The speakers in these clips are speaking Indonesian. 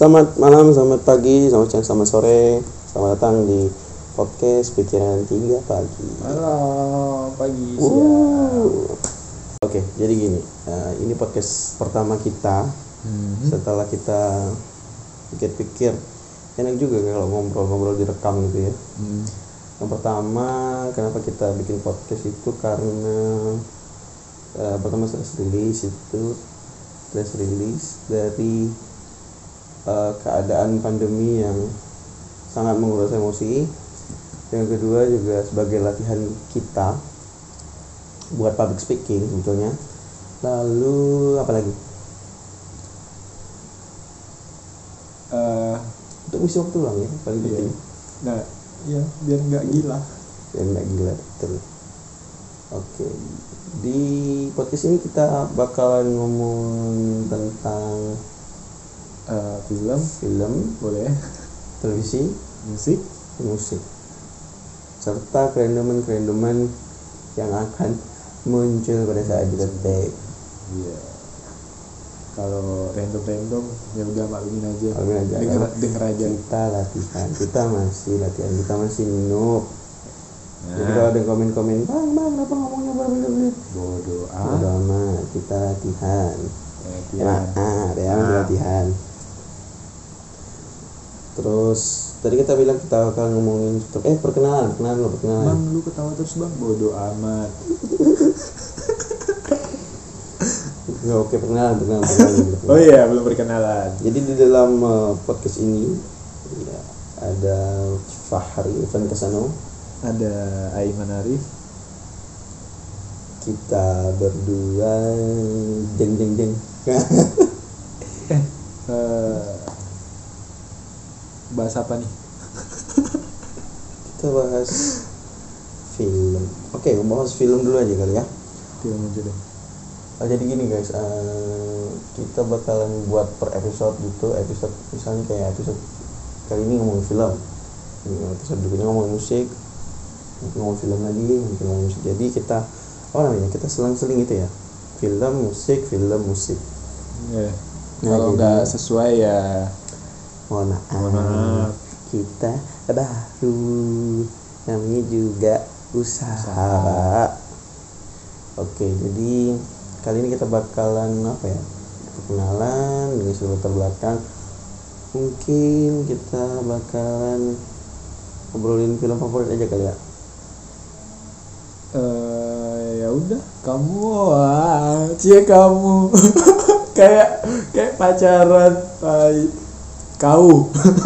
Selamat malam, selamat pagi, selamat siang, selamat sore. Selamat datang di podcast Pikiran 3 Pagi. Halo, pagi, siang. Oke, jadi gini, ini podcast pertama kita. Setelah kita pikir-pikir, enak juga kalau ngobrol-ngobrol direkam gitu ya. Yang pertama, kenapa kita bikin podcast itu karena pertama stress release dari keadaan pandemi yang sangat menguras emosi. Yang kedua juga sebagai latihan kita buat public speaking sebetulnya. Lalu apa lagi? Untuk misi waktu luang ya paling penting. Nah, iya biar nggak gila. Betul. Oke, di podcast ini kita bakalan ngomong tentang film, boleh, televisi, musik, serta kerendoman yang akan muncul pada saat kita take. Iya. Kalau random ya udah maklumin aja. Denger aja. Kita masih latihan, kita masih noob. Jadi kalau ada komen-komen, bang, kenapa ngomongnya berbelit-belit? Bodoh amat, kita latihan. Latihan. Terus tadi kita bilang kita akan ngomongin perkenalan. Bang, lu ketawa terus bang, bodoh amat. Nggak, oke, perkenalan. Oh iya, belum perkenalan. Jadi di dalam podcast ini ya, ada Fahri Ivan Kasano, ada Aiman Arif. Kita berdua jeng. Bahas apa nih? Kita bahas film. Oke, bahas film dulu aja kali ya. Film aja deh. Jadi gini guys, kita bakalan buat per episode gitu. Episode misalnya kayak episode kali ini ngomongin film, episode berikutnya ngomongin musik, ngomongin film lagi, ngomongin musik. Jadi kita kita selang-seling gitu ya, film musik. Yeah. Kalau nggak sesuai ya mohon maaf. Kita baru, namanya juga usaha. Oke, jadi kali ini kita bakalan perkenalan dengan latar belakang. Mungkin kita bakalan ngobrolin film favorit aja kali ya. Ya udah, kamu kayak pacaran, kau.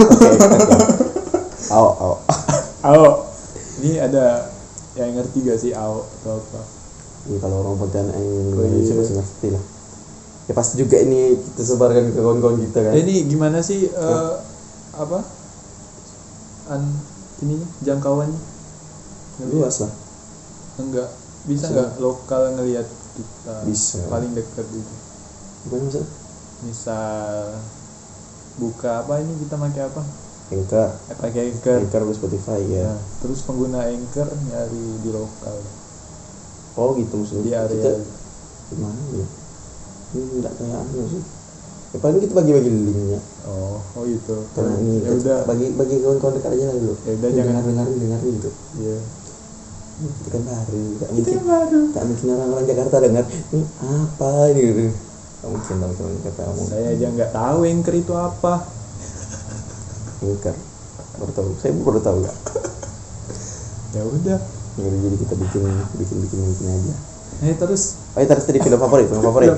Ao. Ini ada yang ngerti gak sih ao atau apa? Ini kalau orang Pontianak Indonesia pasti ngerti lah. Ya pasti juga ini kita sebarkan ke kawan-kawan kita kan. Ini gimana sih ini jangkauannya? Luas lah. Enggak, bisa nggak lokal ngelihat kita? Bisa. Paling dekat gitu. Gimana Misal buka apa ini kita pakai apa? Anchor. Pakai Anchor di Spotify ya. Nah, terus pengguna Anchor nyari di lokal. Oh gitu maksudnya. Di area. Kita, gimana ya? Ini enggak kayak sih. Ya paling kita bagi-bagi linknya. Oh gitu. Karena ini ya udah bagi kawan-kawan dekat aja lah dulu. Ya udah jangan dengar gitu. Iya. Itu kan baru. Tak mungkin orang-orang Jakarta dengar. Ini apa ini gitu. Tak mungkin kata kamu. Saya aja nggak tahu Anchor itu apa. Anchor. Saya baru tahu enggak. Ya udah. Jadi kita bikin aja. Terus Tadi film favorit.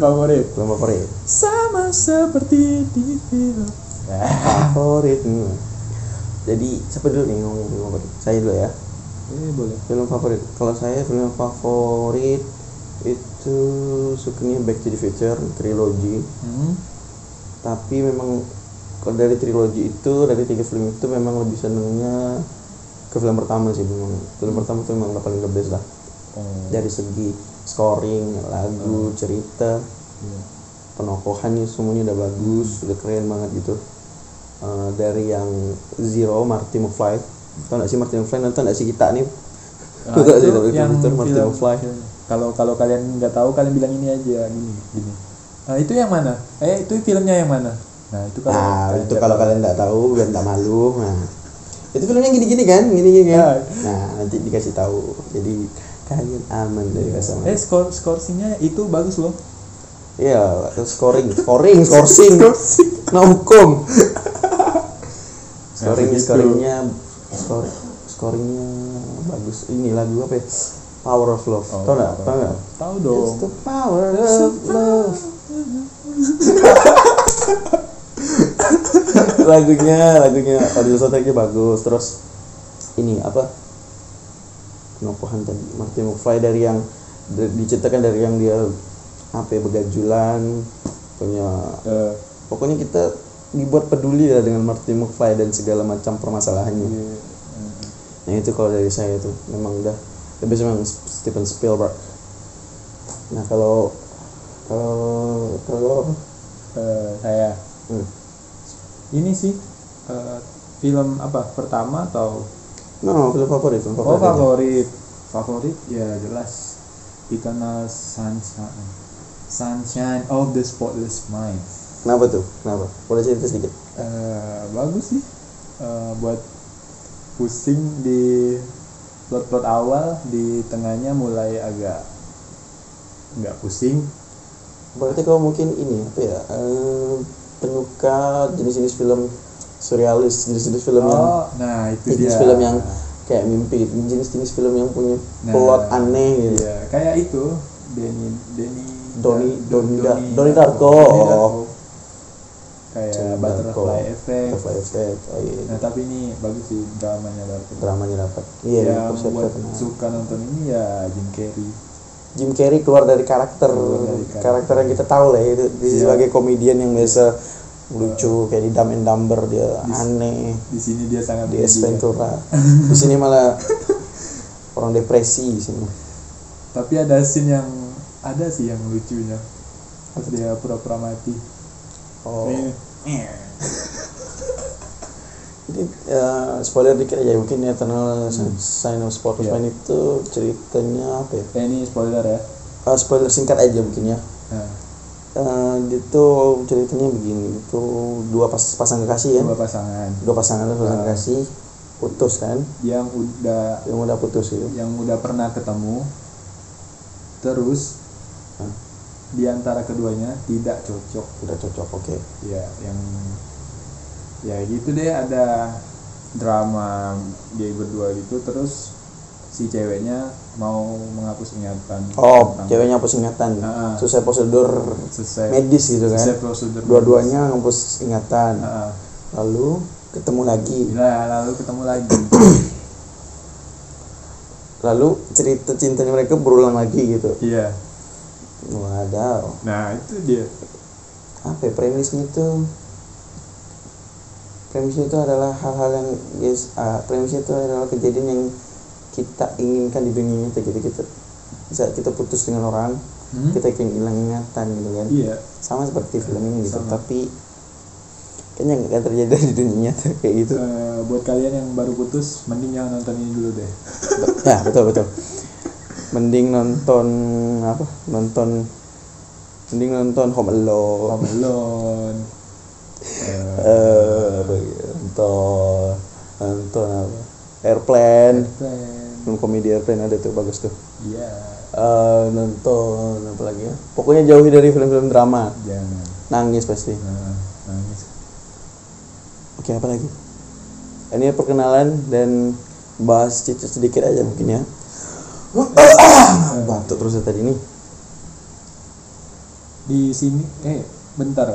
Sama seperti di film favorit. Jadi siapa dulu nih ngomong film favorit? Saya dulu ya. Boleh. Film favorit. Kalau saya film favorit itu sukanya Back to the Future trilogy. Tapi memang kalau dari trilogy itu, dari 3 film itu memang lebih senengnya ke film pertama sih memang. Film pertama itu memang paling the best lah. Dari segi scoring, lagu, cerita, penokohannya semuanya udah bagus, udah keren banget gitu. Dari yang Zero, Marty McFly. Tahu nggak sih Marty McFly? Nonton nggak sih kita nih? Itu yang Marty McFly. Kalau kalian nggak tahu, kalian bilang ini aja gini. Nah itu yang mana? Itu filmnya yang mana? Nah itu kalau kalian nggak tahu biar nggak malu. Nah itu filmnya gini kan. Nah nanti dikasih tahu. Jadi kalian aman dari rasa malu. Skorsinya itu bagus loh. Iya, scoring. Nah hukum. Scoringnya bagus. Ini lagu apa ya? Power of Love. Tahu nggak? Tahu dong. It's the power of love. lagunya audio soundtracknya bagus. Terus ini apa? Penokohan tadi Marty McFly dari yang diciptakan dari yang dia begajulan punya pokoknya kita dibuat peduli lah dengan Marty McFly dan segala macam permasalahannya. Nah itu kalau dari saya tuh memang udah lebih memang Steven Spielberg. Nah kalau saya ini sih film apa pertama atau film favorit ya jelas Eternal Sunshine of the Spotless Mind. Kenapa? Boleh cerita sedikit? Bagus sih, buat pusing di plot awal, di tengahnya mulai agak nggak pusing. Berarti kau mungkin ini penyuka jenis-jenis film surrealis, jenis-jenis film film yang kayak mimpi, jenis-jenis film yang punya plot aneh gitu. Iya, kayak itu Donnie Darko. Kayak Butterfly Effect. Oh, iya. Nah tapi ini bagus sih dramanya dapat. Iya. Yang buat suka nonton ini ya Jim Carrey keluar dari karakter yang kita tahu lah itu. Dia sebagai komedian yang biasa lucu kayak di Dumb and Dumber dia aneh. Di sini dia sangat di Ace Ventura. Di sini malah orang depresi di sini. Tapi ada scene yang lucunya pas dia pura-pura mati. Jadi spoiler dikit aja mungkin Eternal Sunshine of the Spotless Mind itu ceritanya apa ya? Ini spoiler ya. Spoiler singkat aja mungkin ya. Itu ceritanya begini, itu dua pasang kekasih ya. Dua pasangan kekasih putus kan? Yang udah putus itu. Yang udah pernah ketemu. Terus di antara keduanya tidak cocok. Oke. Ya, ya gitu deh, ada drama dia berdua gitu. Terus si ceweknya mau menghapus ingatan. Ceweknya hapus ingatan. Selesai prosedur medis gitu kan. Dua-duanya menghapus ingatan. Lalu ketemu lagi. Lalu cerita cintanya mereka berulang lagi gitu. Iya. Wadaw. Nah itu dia. Apa ya, premisnya itu adalah hal-hal yang premisnya itu adalah kejadian yang kita inginkan di dunia nyata gitu. Saat kita putus dengan orang, kita ingin hilang ingatan gitu kan. Iya. Sama seperti film ini gitu. Tapi kayaknya nggak terjadi di dunia nyata kayak gitu. Buat kalian yang baru putus, mending jangan nonton ini dulu deh. Ya betul. Mending nonton Home Alone. Nonton apa? Airplane. Film komedi Airplane ada tuh, bagus tuh. Iya. Nonton apa lagi ya? Pokoknya jauhi dari film-film drama. Jangan. Nangis pasti. Nangis. Oke, apa lagi? Ini perkenalan dan bahas sedikit aja mungkin ya. Batuk terus tadi nih. Di sini bentar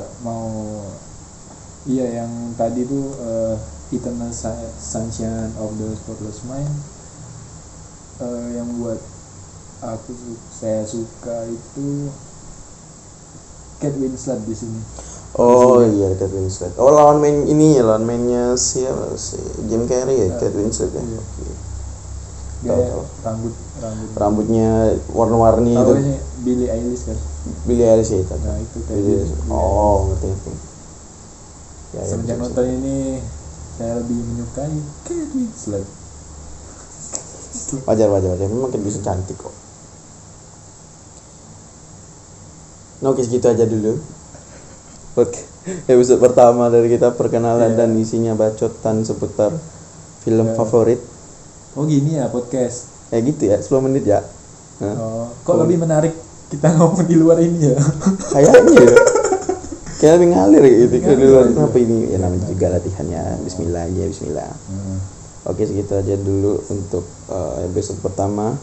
yang tadi tuh Eternal Sunshine of the Spotless Mind, yang buat saya suka itu Kate Winslet di sini. Iya, Kate Winslet. Lawan mainnya siapa sih? Jim Carrey ya, Kate Winslet ya. Iya. Oke. Dia rambutnya warna-warni itu. Ini Billie Eilish kan. Billie Eilish itu. Nah, itu ngerti. Ya, semenjak nonton ini saya lebih menyukai Kate Winslet. Wajar. Memang Kate Winslet cantik kok. Oke, segitu aja dulu. episode pertama dari kita perkenalan Iya. dan isinya bacotan seputar film Iya. favorit. Oh gini ya podcast. Gitu ya, 10 menit ya. Nah, Oh, kok lebih menarik kita ngomong di luar ini ya? kayaknya ya. Kayak lebih ngalir gitu. Ngalir Di luar aja. kenapa ini? Ya namanya juga latihannya. Bismillah aja, bismillah. Oke, segitu aja dulu untuk episode pertama.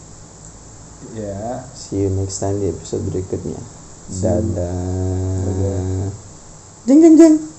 Ya. See you next time di episode berikutnya. See you. Dadah. Dadah. Jeng jeng jeng.